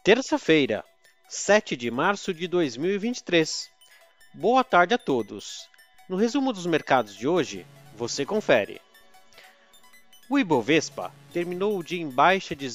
Terça-feira, 7 de março de 2023. Boa tarde a todos. No resumo dos mercados de hoje, você confere. O Ibovespa terminou o dia em baixa de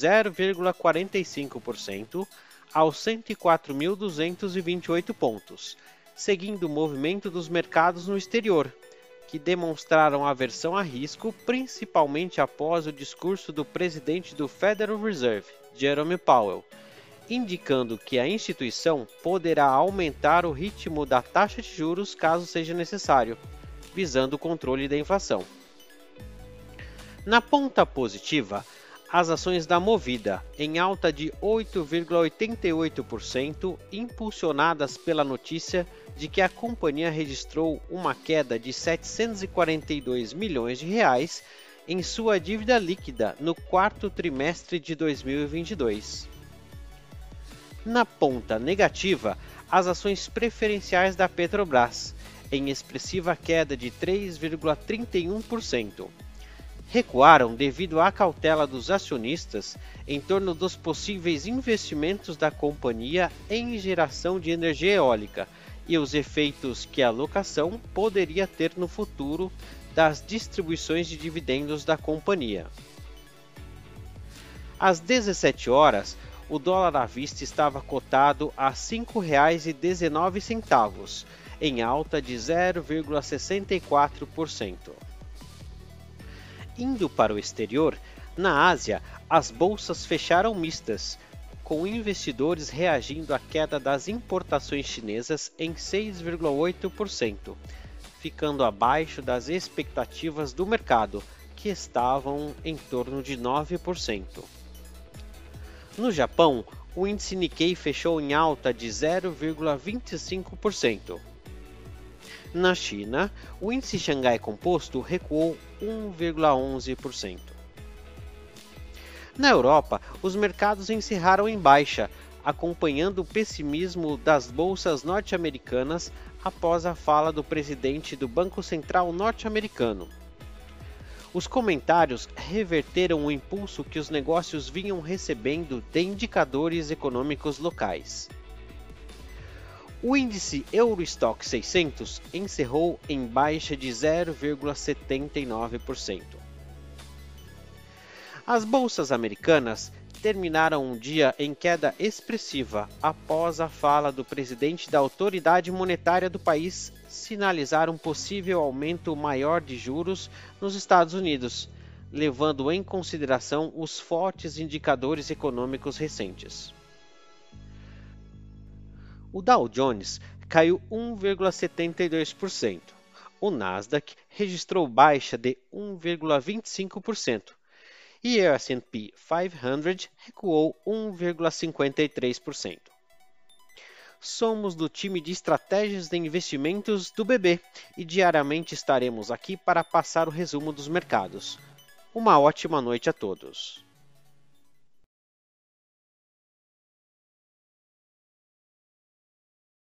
0,45% aos 104.228 pontos, seguindo o movimento dos mercados no exterior, que demonstraram aversão a risco, principalmente após o discurso do presidente do Federal Reserve, Jerome Powell, indicando que a instituição poderá aumentar o ritmo da taxa de juros caso seja necessário, visando o controle da inflação. Na ponta positiva, as ações da Movida, em alta de 8,88%, impulsionadas pela notícia de que a companhia registrou uma queda de 742 milhões de reais em sua dívida líquida no quarto trimestre de 2022. Na ponta negativa, as ações preferenciais da Petrobras, em expressiva queda de 3,31%. Recuaram devido à cautela dos acionistas em torno dos possíveis investimentos da companhia em geração de energia eólica e os efeitos que a alocação poderia ter no futuro das distribuições de dividendos da companhia. Às 17 horas, o dólar à vista estava cotado a R$ 5,19, em alta de 0,64%. Indo para o exterior, na Ásia, as bolsas fecharam mistas, com investidores reagindo à queda das importações chinesas em 6,8%, ficando abaixo das expectativas do mercado, que estavam em torno de 9%. No Japão, o índice Nikkei fechou em alta de 0,25%. Na China, o índice Xangai Composto recuou 1,11%. Na Europa, os mercados encerraram em baixa, acompanhando o pessimismo das bolsas norte-americanas após a fala do presidente do Banco Central norte-americano. Os comentários reverteram o impulso que os negócios vinham recebendo de indicadores econômicos locais. O índice Eurostoxx 600 encerrou em baixa de 0,79%. As bolsas americanas terminaram um dia em queda expressiva após a fala do presidente da autoridade monetária do país sinalizar um possível aumento maior de juros nos Estados Unidos, levando em consideração os fortes indicadores econômicos recentes. O Dow Jones caiu 1,72%. O Nasdaq registrou baixa de 1,25%. E o S&P 500 recuou 1,53%. Somos do time de estratégias de investimentos do BB e diariamente estaremos aqui para passar o resumo dos mercados. Uma ótima noite a todos.